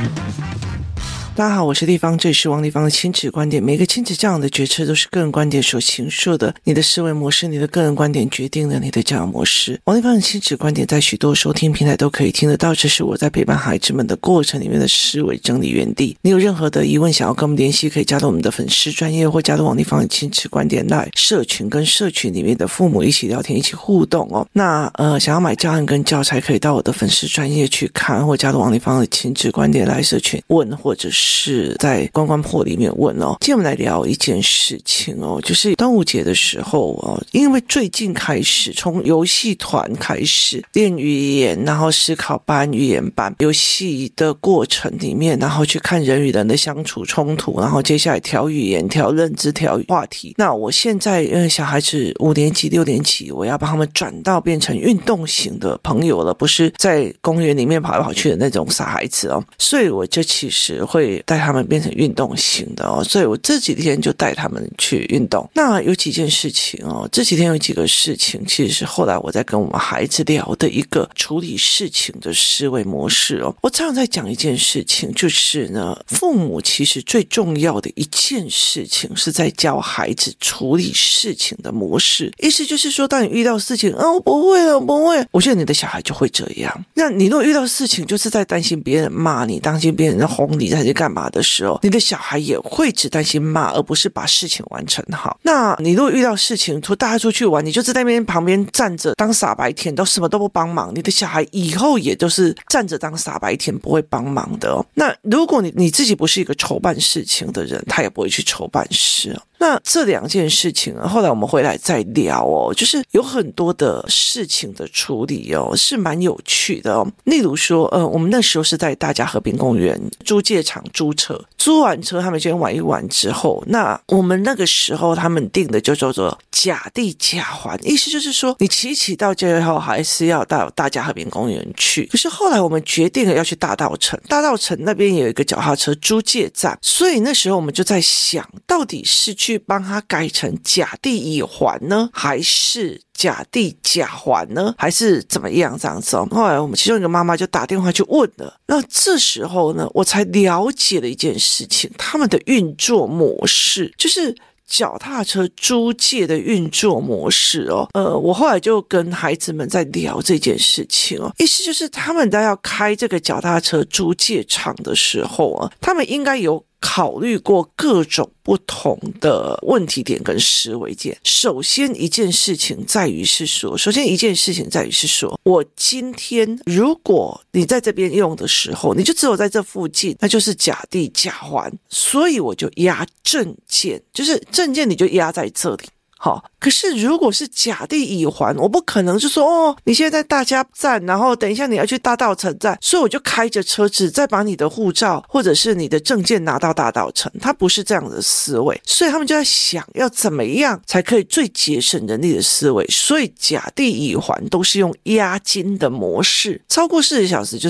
大家好，我是立方，这里是王立方的亲子观点。每个亲子教养的决策都是个人观点所形塑的，你的思维模式，你的个人观点决定了你的教养模式。王立方的亲子观点在许多收听平台都可以听得到，这是我在陪伴孩子们的过程里面的思维整理园地。你有任何的疑问想要跟我们联系，可以加入我们的粉丝专页，或加入王立方的亲子观点LINE社群，跟社群里面的父母一起聊天，一起互动哦。那想要买教案跟教材，可以到我的粉丝专页去看，或加入王立方的亲子观点LINE社群问，或者是在关关破里面问哦。今天我们来聊一件事情哦，就是端午节的时候哦，因为最近开始从游戏团开始练语言，然后思考班、语言班游戏的过程里面，然后去看人与人的相处冲突，然后接下来调语言、调认知、调话题。那我现在小孩子5年级、6年级，我要把他们转到变成运动型的朋友了，不是在公园里面跑来跑去的那种傻孩子哦。所以我就其实会带他们变成运动型的哦，所以我这几天就带他们去运动。那有几件事情哦，这几天有几个事情，其实是后来我在跟我们孩子聊的一个处理事情的思维模式哦。我常常在讲一件事情，就是呢，父母其实最重要的一件事情是在教孩子处理事情的模式。意思就是说，当你遇到事情，我不会了，我不会，我觉得你的小孩就会这样。那你如果遇到事情，就是在担心别人骂你，担心别人哄你，还是干嘛的时候，你的小孩也会只担心骂，而不是把事情完成好。那你如果遇到事情，大家出去玩，你就是在那边旁边站着当傻白甜，都什么都不帮忙，你的小孩以后也都是站着当傻白甜，不会帮忙的哦。那如果你自己不是一个筹办事情的人，他也不会去筹办事哦。那这两件事情后来我们回来再聊哦，就是有很多的事情的处理哦，是蛮有趣的哦。例如说，我们那时候是在大家和平公园租借场租车，租完车他们先玩一玩之后，那我们那个时候他们定的就叫做甲地甲环，意思就是说你骑到最后还是要到大家和平公园去。可是后来我们决定了要去大稻埕，大稻埕那边有一个脚踏车租借站，所以那时候我们就在想，到底是去帮他改成甲地乙环呢，还是甲地甲环呢，还是怎么样这样子哦。后来我们其中一个妈妈就打电话去问了，那这时候呢，我才了解了一件事情，他们的运作模式就是脚踏车租借的运作模式哦。我后来就跟孩子们在聊这件事情哦，意思就是他们在要开这个脚踏车租借场的时候啊，他们应该有考虑过各种不同的问题点跟思维点。首先一件事情在于是说，我今天如果你在这边用的时候，你就只有在这附近，那就是甲地甲环，所以我就压证件，就是证件你就压在这里。好，可是如果是甲地乙环，我不可能就说你现在在大家站，然后等一下你要去大稻埕站，所以我就开着车子再把你的护照或者是你的证件拿到大稻埕，他不是这样的思维，所以他们就在想要怎么样才可以最节省人力的思维，所以甲地乙环都是用押金的模式，超过40小时就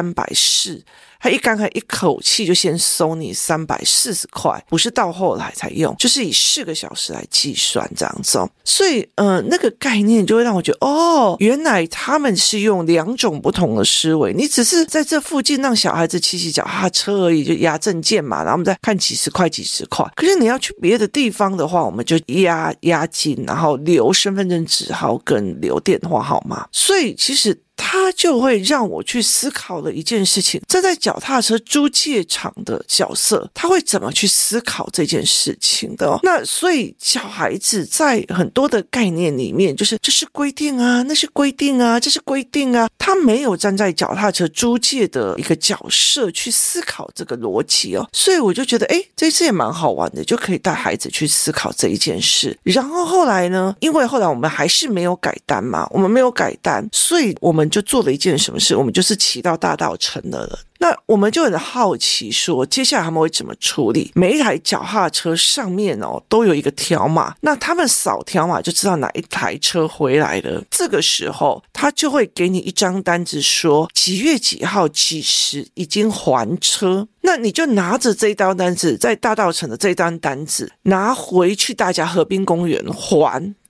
340。他刚开一口气就先收你340块，不是到后来才用，就是以4个小时来计算这样子哦。所以那个概念就会让我觉得原来他们是用2种不同的思维。你只是在这附近让小孩子骑脚踏车而已，就押证件嘛，然后我们再看几十块。可是你要去别的地方的话，我们就押金，然后留身份证字号跟留电话号码。所以其实他就会让我去思考了一件事情，站在脚踏车租借场的角色，他会怎么去思考这件事情的哦。那所以小孩子在很多的概念里面，就是这是规定啊，那是规定啊，这是规定啊，他没有站在脚踏车租借的一个角色去思考这个逻辑哦。所以我就觉得这次也蛮好玩的，就可以带孩子去思考这一件事。然后后来呢，因为后来我们还是没有改单嘛，我们没有改单，所以我们就做了一件什么事，我们就是骑到大稻埕了。那我们就很好奇说，接下来他们会怎么处理？每一台脚踏车上面都有一个条码，那他们扫条码就知道哪一台车回来了。这个时候他就会给你一张单子，说几月几号几时已经还车。那你就拿着这一张单子，在大稻埕的这一张单子拿回去大家河滨公园还。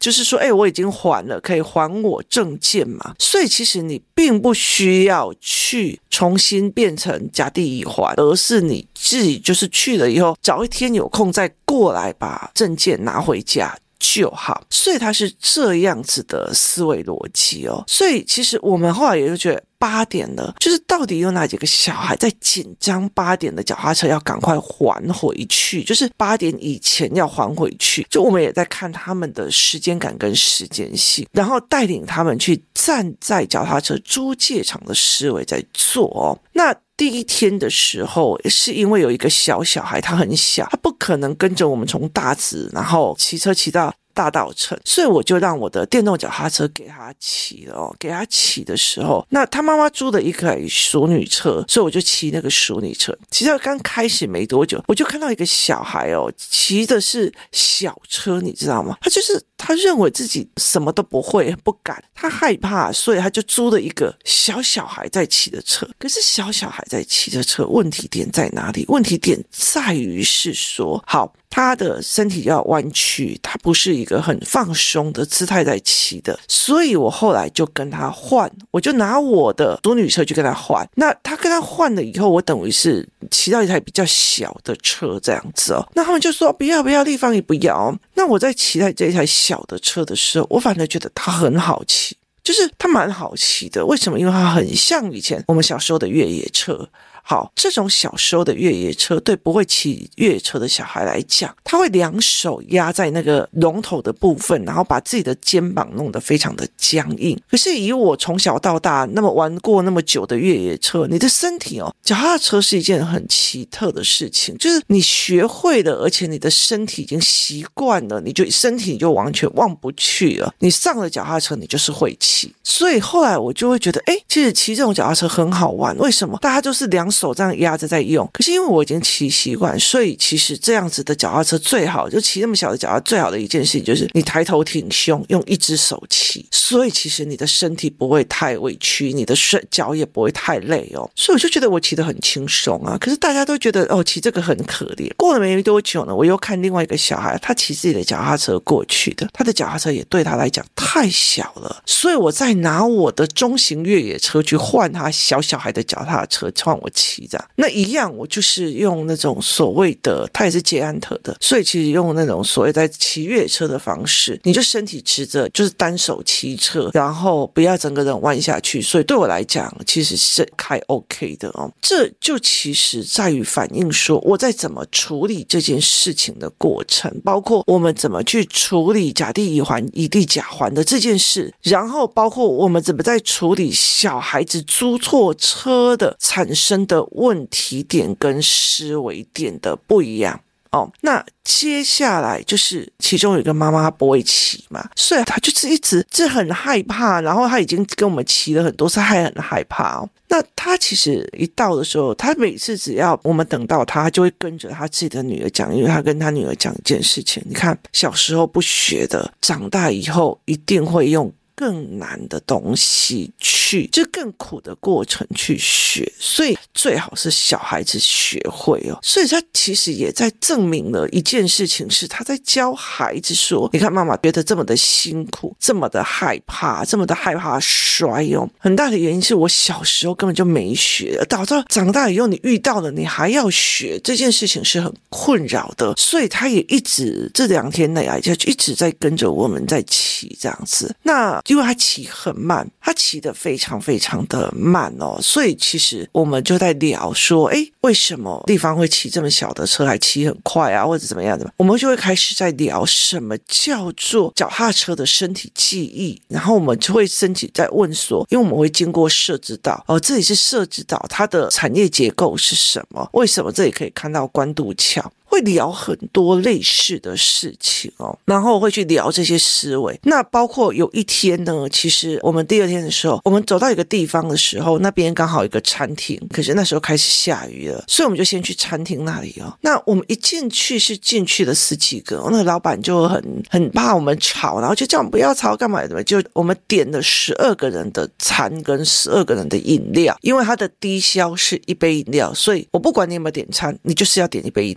就是说我已经还了，可以还我证件嘛。所以其实你并不需要去重新变成甲地乙还，而是你自己就是去了以后，找一天有空再过来把证件拿回家就好。所以它是这样子的思维逻辑哦。所以其实我们后来也就觉得8点了，就是到底有哪几个小孩在紧张8点的脚踏车要赶快还回去，就是8点以前要还回去。就我们也在看他们的时间感跟时间性，然后带领他们去站在脚踏车租借场的思维在做哦。那第一天的时候，是因为有一个小孩，他很小，他不可能跟着我们从大直然后骑车骑到大稻埕，所以我就让我的电动脚踏车给他骑了哦。给他骑的时候，那他妈妈租的一台淑女车，所以我就骑那个淑女车。骑到刚开始没多久，我就看到一个小孩哦，骑的是小车，你知道吗？他认为自己什么都不会，不敢，他害怕，所以他就租了一个小孩在骑的车。可是小孩在骑的车，问题点在哪里？问题点在于是说，好，他的身体要弯曲，他不是一个很放松的姿态在骑的，所以我后来就跟他换，我就拿我的淑女车去跟他换。那他跟他换了以后，我等于是骑到一台比较小的车这样子哦。那他们就说不要，立方也不要。那我在骑在这一台小的车的时候，我反而觉得它很好骑，就是它蛮好骑的。为什么？因为它很像以前我们小时候的越野车。好，这种小时候的越野车对不会骑越野车的小孩来讲，他会2手压在那个龙头的部分，然后把自己的肩膀弄得非常的僵硬。可是以我从小到大那么玩过那么久的越野车，你的身体脚踏车是一件很奇特的事情，就是你学会了，而且你的身体已经习惯了，你就身体就完全忘不去了。你上了脚踏车，你就是会骑。所以后来我就会觉得，其实骑这种脚踏车很好玩。为什么？大家都是2手这样压着在用，可是因为我已经骑习惯，所以其实这样子的脚踏车最好，就骑那么小的脚踏车最好的一件事情就是你抬头挺胸，用1只手骑，所以其实你的身体不会太委屈，你的脚也不会太累哦。所以我就觉得我骑得很轻松啊。可是大家都觉得骑这个很可怜。过了没多久呢，我又看另外一个小孩，他骑自己的脚踏车过去的，他的脚踏车也对他来讲太小了，所以我再拿我的中型越野车去换他小孩的脚踏车，换我骑这样。那一样我就是用那种所谓的，他也是捷安特的，所以其实用那种所谓在骑越野车的方式，你就身体直着，就是单手骑车，然后不要整个人弯下去。所以对我来讲其实是开 OK 的哦。这就其实在于反映说我在怎么处理这件事情的过程，包括我们怎么去处理甲地乙还乙地甲还的这件事，然后包括我们怎么在处理小孩子租错车的产生的问题点跟思维点的不一样哦。那接下来就是其中有一个妈妈不会骑嘛，所以她就是一直很害怕，然后她已经跟我们骑了很多次，还很害怕哦。那她其实一到的时候，她每次只要我们等到她就会跟着她自己的女儿讲，因为她跟她女儿讲一件事情，你看小时候不学的，长大以后一定会用更难的东西去，就更苦的过程去学，所以最好是小孩子学会哦。所以他其实也在证明了一件事情，是他在教孩子说，你看妈妈觉得这么的辛苦，这么的害怕，这么的害怕摔哦，很大的原因是我小时候根本就没学，导致长大以后你遇到了你还要学，这件事情是很困扰的。所以他也一直这2天内就一直在跟着我们在骑这样子。那因为他骑很慢，他骑得非常非常的慢哦，所以其实我们就在聊说，为什么地方会骑这么小的车还骑很快啊，或者怎么样的，我们就会开始在聊什么叫做脚踏车的身体记忆，然后我们就会升级在问说，因为我们会经过社子岛这里是社子岛，它的产业结构是什么，为什么这里可以看到关渡桥，会聊很多类似的事情哦，然后会去聊这些思维。那包括有一天呢，其实我们第2天的时候，我们走到一个地方的时候，那边刚好有一个餐厅，可是那时候开始下雨了，所以我们就先去餐厅那里哦。那我们一进去是进去了10几个，那个老板就很怕我们吵，然后就叫我们不要吵干嘛的，就我们点了12个人的餐跟12个人的饮料，因为它的低消是1杯饮料，所以我不管你有没有点餐，你就是要点1杯饮料。那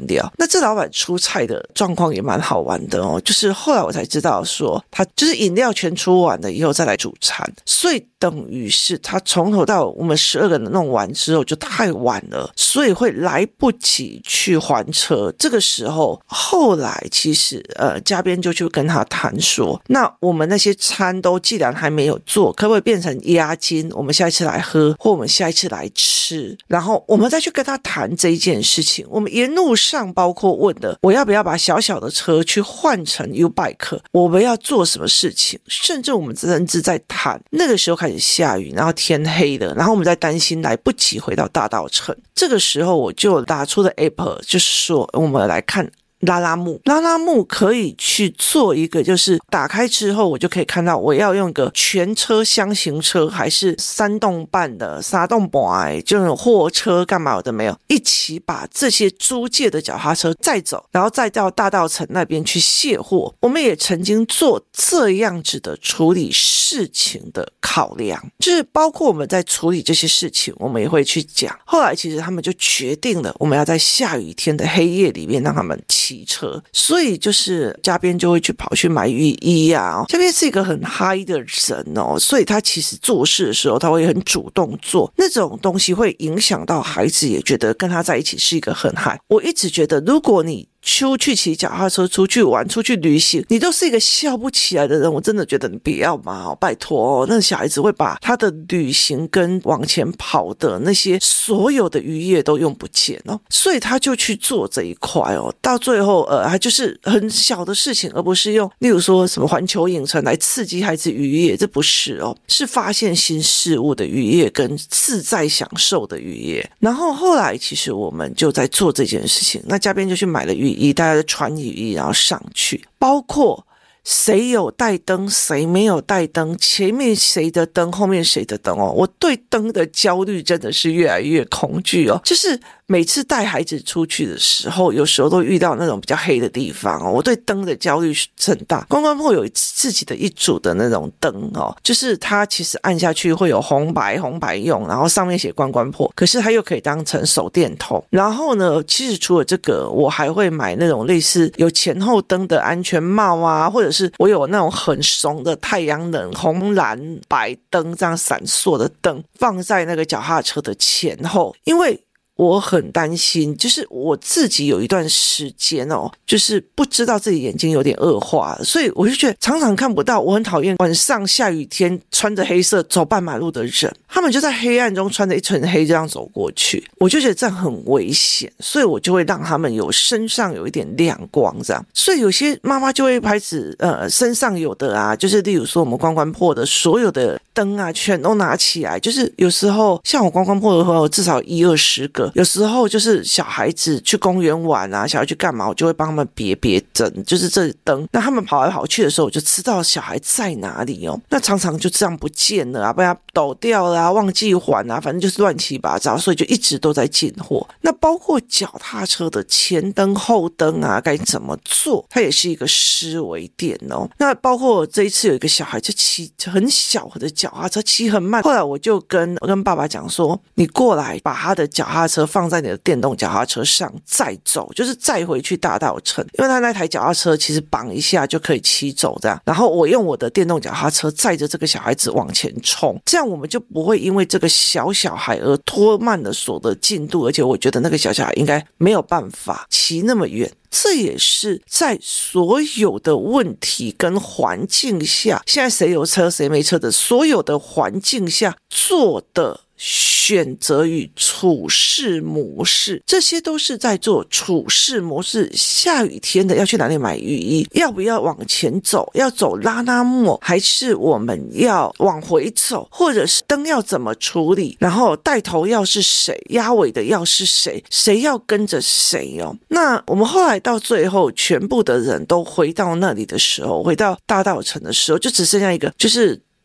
这老板出菜的状况也蛮好玩的哦，就是后来我才知道说，他就是饮料全出完了以后再来煮餐，所以等于是他从头到我们12个人弄完之后就太晚了，所以会来不及去还车。这个时候后来其实嘉宾就去跟他谈说，那我们那些餐都既然还没有做，可不可以变成押金，我们下一次来喝，或我们下一次来吃，然后我们再去跟他谈这一件事情。我们沿路上包括问的，我要不要把小小的车去换成 U-Bike， 我们要做什么事情，甚至我们甚至在谈，那个时候开始下雨，然后天黑了，然后我们在担心来不及回到大稻埕。这个时候我就打出了 App， 就是说我们来看拉拉木可以去做一个，就是打开之后我就可以看到我要用个全车厢型车还是3栋半的3栋半，就是货车干嘛有的没有，一起把这些租借的脚踏车载走，然后再到大稻埕那边去卸货。我们也曾经做这样子的处理事情的考量，就是包括我们在处理这些事情我们也会去讲。后来其实他们就决定了，我们要在下雨天的黑夜里面让他们骑车，所以就是嘉宾就会跑去买雨衣啊。嘉宾是一个很嗨的人哦，所以他其实做事的时候他会很主动做，那种东西会影响到孩子，也觉得跟他在一起是一个很嗨。我一直觉得如果你出去骑脚踏车，出去玩，出去旅行，你都是一个笑不起来的人，我真的觉得你不要嘛，拜托哦，那小孩子会把他的旅行跟往前跑的那些所有的愉悦都用不见哦，所以他就去做这一块哦，到最后还就是很小的事情，而不是用例如说什么环球影城来刺激孩子愉悦，这不是哦，是发现新事物的愉悦跟自在享受的愉悦。然后后来其实我们就在做这件事情，那嘉宾就去买了雨衣，大家就穿雨衣然后上去，包括谁有带灯谁没有带灯，前面谁的灯后面谁的灯哦，我对灯的焦虑真的是越来越恐惧哦，就是每次带孩子出去的时候，有时候都遇到那种比较黑的地方哦，我对灯的焦虑是很大。观光铺有自己的一组的那种灯哦，就是它其实按下去会有红白用，然后上面写观光铺，可是它又可以当成手电筒。然后呢，其实除了这个，我还会买那种类似有前后灯的安全帽啊，或者是我有那种很怂的太阳能红蓝白灯这样闪烁的灯放在那个脚踏车的前后，因为我很担心，就是我自己有一段时间哦，就是不知道自己眼睛有点恶化了，所以我就觉得常常看不到。我很讨厌晚上下雨天穿着黑色走半马路的人，他们就在黑暗中穿着一层黑这样走过去，我就觉得这样很危险，所以我就会让他们身上有一点亮光这样。所以有些妈妈就会开始身上有的啊，就是例如说我们观光破的所有的灯啊全都拿起来，就是有时候像我观光破的话，我至少10-20个。有时候就是小孩子去公园玩啊，小孩去干嘛，我就会帮他们别灯，就是这灯。那他们跑来跑去的时候，我就知道小孩在哪里哦。那常常就这样不见了啊，被他抖掉了啊，忘记还啊，反正就是乱七八糟，所以就一直都在进货。那包括脚踏车的前灯后灯啊，该怎么做，它也是一个思维点哦。那包括这一次有一个小孩就骑很小的脚踏车，骑很慢，后来我就跟爸爸讲说，你过来把他的脚踏车放在你的电动脚踏车上再走，就是再回去大稻埕，因为他那台脚踏车其实绑一下就可以骑走这样，然后我用我的电动脚踏车载着这个小孩子往前冲，这样我们就不会因为这个小孩而拖慢了所的进度，而且我觉得那个小孩应该没有办法骑那么远。这也是在所有的问题跟环境下，现在谁有车谁没车的所有的环境下做的选择与处事模式，这些都是在做处事模式。下雨天的要去哪里买雨衣，要不要往前走，要走拉拉木，还是我们要往回走，或者是灯要怎么处理，然后带头要是谁，压尾的要是谁，谁要跟着谁哦。那我们后来到最后全部的人都回到那里的时候，回到大稻埕的时候，就只剩下一个，就是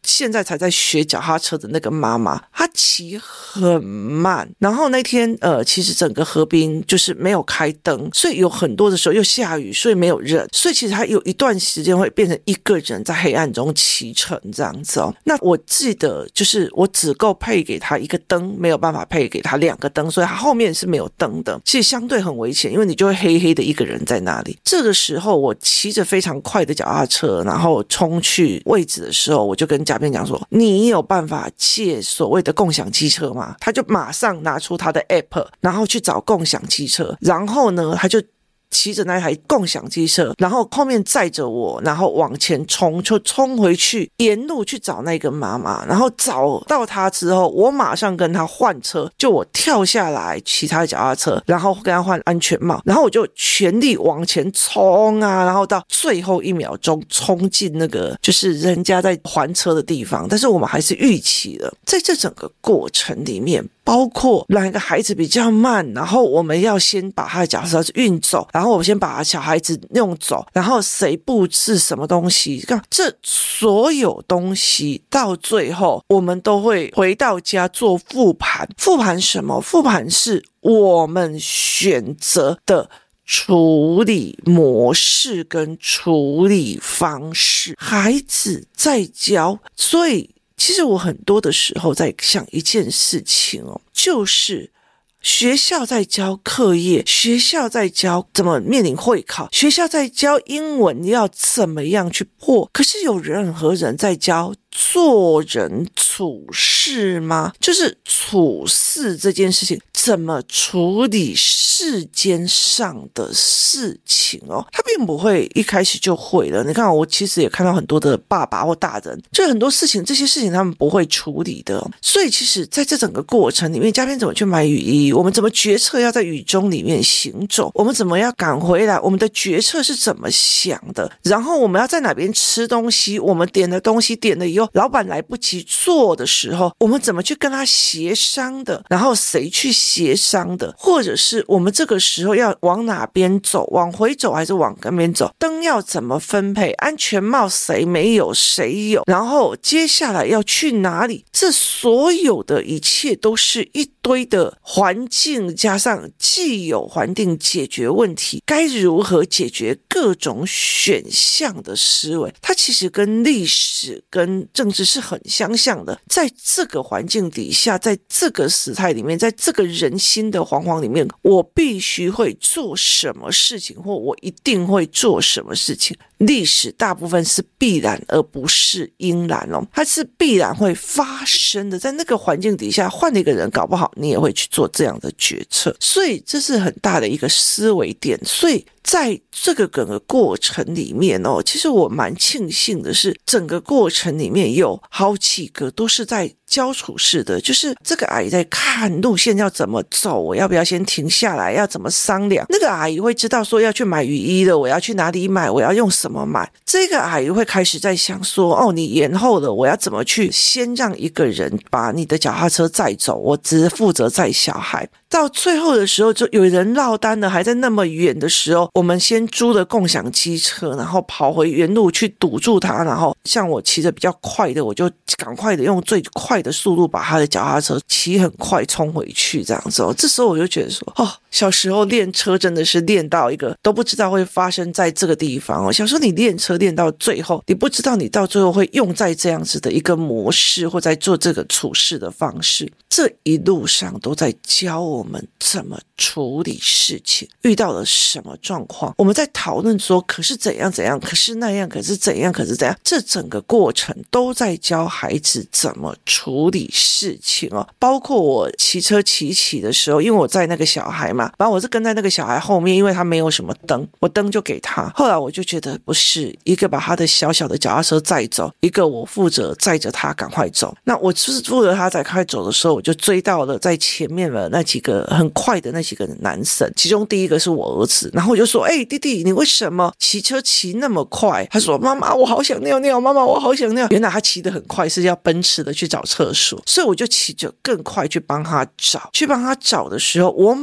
现在才在学脚踏车的那个妈妈，她骑很慢，然后那天其实整个河滨就是没有开灯，所以有很多的时候又下雨，所以没有人，所以其实她有一段时间会变成一个人在黑暗中骑乘这样子哦。那我记得就是我只够配给她一个灯，没有办法配给她2个灯，所以她后面是没有灯的，其实相对很危险，因为你就会黑黑的一个人在那里。这个时候我骑着非常快的脚踏车，然后冲去位置的时候，我就跟嘉宾讲说，你有办法借所谓的共享机车吗？他就马上拿出他的 app， 然后去找共享机车，然后呢他就骑着那台共享机车，然后后面载着我，然后往前冲，就冲回去，沿路去找那个妈妈，然后找到她之后，我马上跟她换车，就我跳下来骑她的脚踏车，然后跟她换安全帽，然后我就全力往前冲啊，然后到最后1秒钟冲进那个就是人家在还车的地方，但是我们还是预期了。在这整个过程里面，包括哪个孩子比较慢，然后我们要先把他的脚踏车运走，然后我们先把小孩子弄走，然后谁布置什么东西，这所有东西到最后我们都会回到家做复盘。复盘什么？复盘是我们选择的处理模式跟处理方式。孩子在教，所以其实我很多的时候在想一件事情哦，就是学校在教课业，学校在教怎么面临会考，学校在教英文要怎么样去破，可是有任何人在教做人处事吗？就是处事这件事情，怎么处理世间上的事情哦，他并不会一开始就会了。你看我其实也看到很多的爸爸或大人，就很多事情，这些事情他们不会处理的。所以其实在这整个过程里面，嘉宾怎么去买雨衣，我们怎么决策要在雨中里面行走，我们怎么要赶回来，我们的决策是怎么想的，然后我们要在哪边吃东西，我们点的东西点了以后，老板来不及做的时候，我们怎么去跟他协商的，然后谁去协商的，或者是我们这个时候要往哪边走，往回走还是往那边走，灯要怎么分配，安全帽谁没有谁有，然后接下来要去哪里，这所有的一切都是一堆的环境，加上既有环境解决问题，该如何解决各种选项的思维，它其实跟历史跟政治是很相像的。在这个环境底下，在这个时态里面，在这个人心的惶惶里面，我必须会做什么事情，或我一定会做什么事情。历史大部分是必然而不是应然哦，它是必然会发生的。在那个环境底下，换了一个人，搞不好你也会去做这样的决策，所以这是很大的一个思维点。所以在这个整个过程里面哦，其实我蛮庆幸的是，整个过程里面有好几个都是在交处式的，就是这个阿姨在看路线要怎么走，我要不要先停下来，要怎么商量，那个阿姨会知道说要去买雨衣了，我要去哪里买，我要用什么买，这个阿姨会开始在想说，哦，你延后了，我要怎么去先让一个人把你的脚踏车载走，我只是负责载小孩，到最后的时候就有人落单了，还在那么远的时候，我们先租了共享机车，然后跑回原路去堵住他，然后像我骑着比较快的，我就赶快的用最快的速度把他的脚踏车骑很快冲回去这样子哦。这时候我就觉得说，哦，小时候练车真的是练到一个都不知道会发生在这个地方哦。小时候你练车练到最后，你不知道你到最后会用在这样子的一个模式，或在做这个处事的方式，这一路上都在教我们怎么处理事情，遇到了什么状况，我们在讨论说可是怎样怎样，可是那样，可是怎样，可是怎样，这整个过程都在教孩子怎么处理事情哦。包括我骑车骑的时候，因为我在那个小孩嘛，然后我是跟在那个小孩后面，因为他没有什么灯，我灯就给他。后来我就觉得不是，一个把他的小小的脚踏车载走，一个我负责载着他赶快走。那我就是负责他在快走的时候，我就追到了在前面的那几个很快的那几个男生，其中第一个是我儿子，然后我就说，弟弟，你为什么骑车骑那么快？他说，妈妈我好想尿尿，妈妈我好想尿。原来他骑得很快是要奔驰的去找厕所，所以我就骑着更快去帮他找的时候，我马上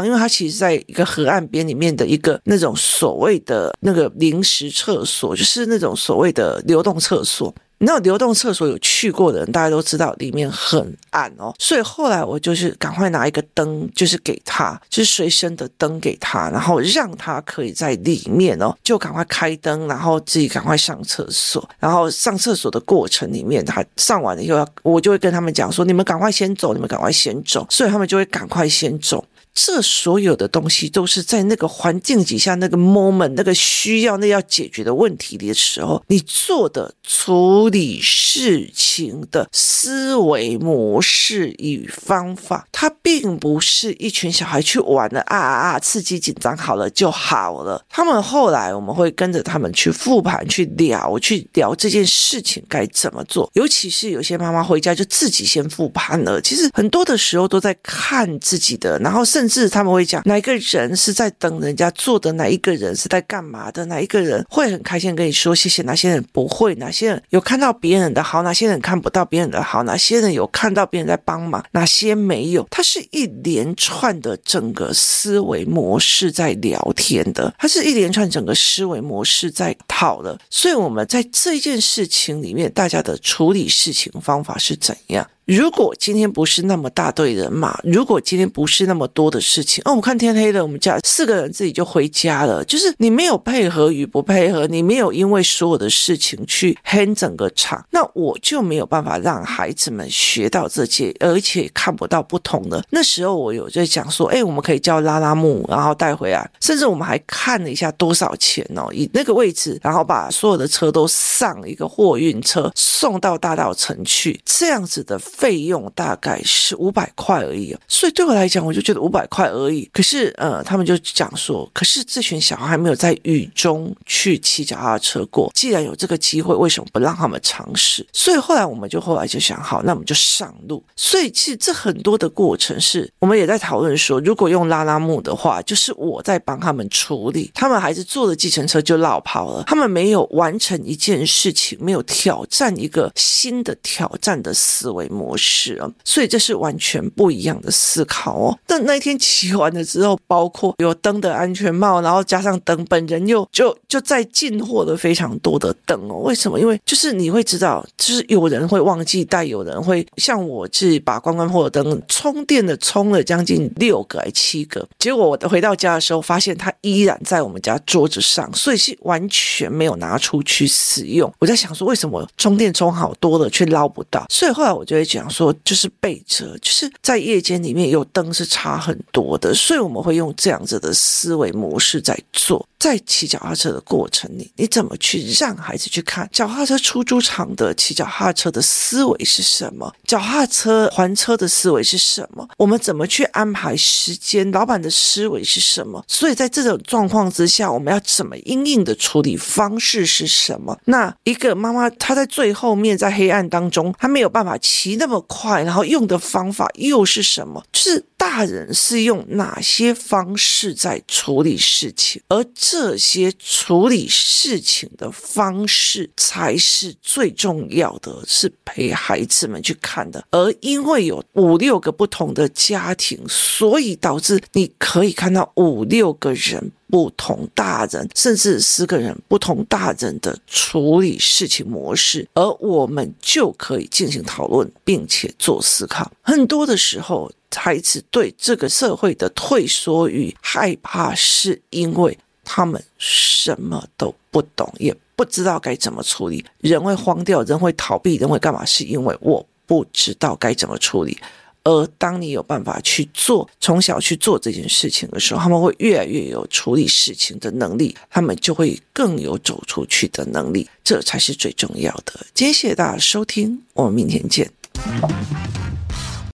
因为它其实在一个河岸边里面的一个那种所谓的那个临时厕所，就是那种所谓的流动厕所。那流动厕所有去过的人大家都知道里面很暗哦，所以后来我就是赶快拿一个灯，就是给他，就是随身的灯给他，然后让他可以在里面哦，就赶快开灯，然后自己赶快上厕所。然后上厕所的过程里面，他上完了以后，我就会跟他们讲说，你们赶快先走，你们赶快先走，所以他们就会赶快先走。这所有的东西都是在那个环境底下，那个 moment， 那个需要，那要解决的问题的时候，你做的处理事情的思维模式与方法，它并不是一群小孩去玩了刺激紧张好了就好了。他们后来我们会跟着他们去复盘，去聊这件事情该怎么做。尤其是有些妈妈回家就自己先复盘了，其实很多的时候都在看自己的，然后甚至他们会讲哪一个人是在等人家做的，哪一个人是在干嘛的，哪一个人会很开心跟你说谢谢，哪些人不会，哪些人有看到别人的好，哪些人看不到别人的好，哪些人有看到别人在帮忙，哪些没有。它是一连串的整个思维模式在聊天的，它是一连串整个思维模式在讨论。所以我们在这件事情里面，大家的处理事情方法是怎样？如果今天不是那么大队人马，如果今天不是那么多的事情，我看天黑了，我们家4个人自己就回家了，就是你没有配合与不配合，你没有因为所有的事情去 handle 整个场，那我就没有办法让孩子们学到这些，而且看不到不同的。那时候我有在讲说，我们可以叫拉拉木，然后带回来，甚至我们还看了一下多少钱哦，以那个位置，然后把所有的车都上一个货运车送到大稻埕去，这样子的费用大概是500块而已，所以对我来讲，我就觉得500块而已。可是他们就讲说，可是这群小孩还没有在雨中去骑脚踏车过，既然有这个机会，为什么不让他们尝试？所以后来就想，好，那我们就上路。所以其实这很多的过程是我们也在讨论说，如果用拉拉木的话，就是我在帮他们处理，他们孩子坐了计程车就落跑了，他们没有完成一件事情，没有挑战一个新的挑战的思维模式。所以这是完全不一样的思考哦。但那天骑完了之后，包括有灯的安全帽，然后加上灯，本人又就在进货了非常多的灯哦。为什么？因为就是你会知道，就是有人会忘记带，有人会像我自己把关货的灯充电的充了将近6个还7个，结果我回到家的时候发现它依然在我们家桌子上，所以是完全没有拿出去使用。我在想说，为什么充电充好多了却捞不到？所以后来我就会讲说，就是备着，就是在夜间里面有灯是差很多的，所以我们会用这样子的思维模式在做。在骑脚踏车的过程里，你怎么去让孩子去看脚踏车出租场的骑脚踏车的思维是什么，脚踏车还车的思维是什么，我们怎么去安排时间，老板的思维是什么。所以在这种状况之下，我们要怎么因应的处理方式是什么。那一个妈妈她在最后面在黑暗当中，她没有办法骑那么快，然后用的方法又是什么，就是大人是用哪些方式在处理事情，而这些处理事情的方式才是最重要的，是陪孩子们去看的。而因为有5-6个不同的家庭，所以导致你可以看到5-6个人不同大人，甚至4个人不同大人的处理事情模式，而我们就可以进行讨论并且做思考。很多的时候孩子对这个社会的退缩与害怕，是因为他们什么都不懂，也不知道该怎么处理。人会慌掉，人会逃避，人会干嘛，是因为我不知道该怎么处理。而当你有办法去做，从小去做这件事情的时候，他们会越来越有处理事情的能力，他们就会更有走出去的能力，这才是最重要的。今天谢谢大家收听，我们明天见。